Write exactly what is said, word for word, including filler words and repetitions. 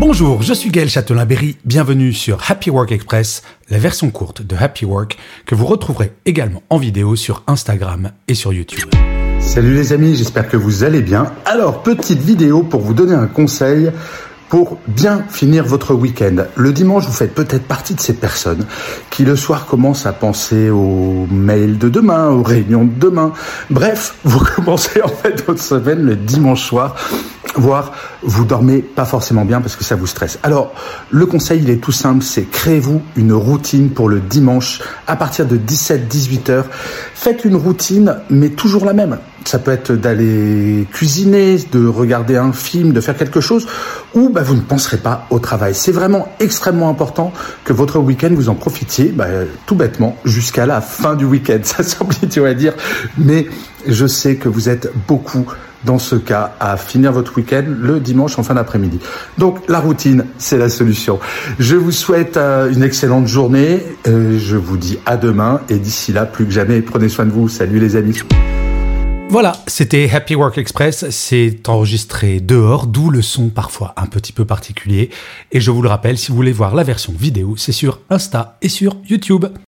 Bonjour, je suis Gaël Châtelain-Berry, bienvenue sur Happy Work Express, la version courte de Happy Work que vous retrouverez également en vidéo sur Instagram et sur YouTube. Salut les amis, j'espère que vous allez bien. Alors, petite vidéo pour vous donner un conseil pour bien finir votre week-end. Le dimanche, vous faites peut-être partie de ces personnes qui le soir commencent à penser aux mails de demain, aux réunions de demain. Bref, vous commencez en fait votre semaine le dimanche soir, voire vous dormez pas forcément bien parce que ça vous stresse. Alors, le conseil, il est tout simple, c'est créez-vous une routine pour le dimanche à partir de dix-sept à dix-huit heures. Faites une routine, mais toujours la même. Ça peut être d'aller cuisiner, de regarder un film, de faire quelque chose où bah, vous ne penserez pas au travail. C'est vraiment extrêmement important que votre week-end, vous en profitiez bah, tout bêtement jusqu'à la fin du week-end. Ça semble idiot à dire, mais je sais que vous êtes beaucoup dans ce cas à finir votre week-end le dimanche en fin d'après-midi. Donc la routine, c'est la solution. Je vous souhaite euh, une excellente journée. Euh, je vous dis à demain et d'ici là, plus que jamais, prenez soin de vous. Salut les amis. Voilà, c'était Happy Work Express, c'est enregistré dehors, d'où le son parfois un petit peu particulier. Et je vous le rappelle, si vous voulez voir la version vidéo, c'est sur Insta et sur YouTube.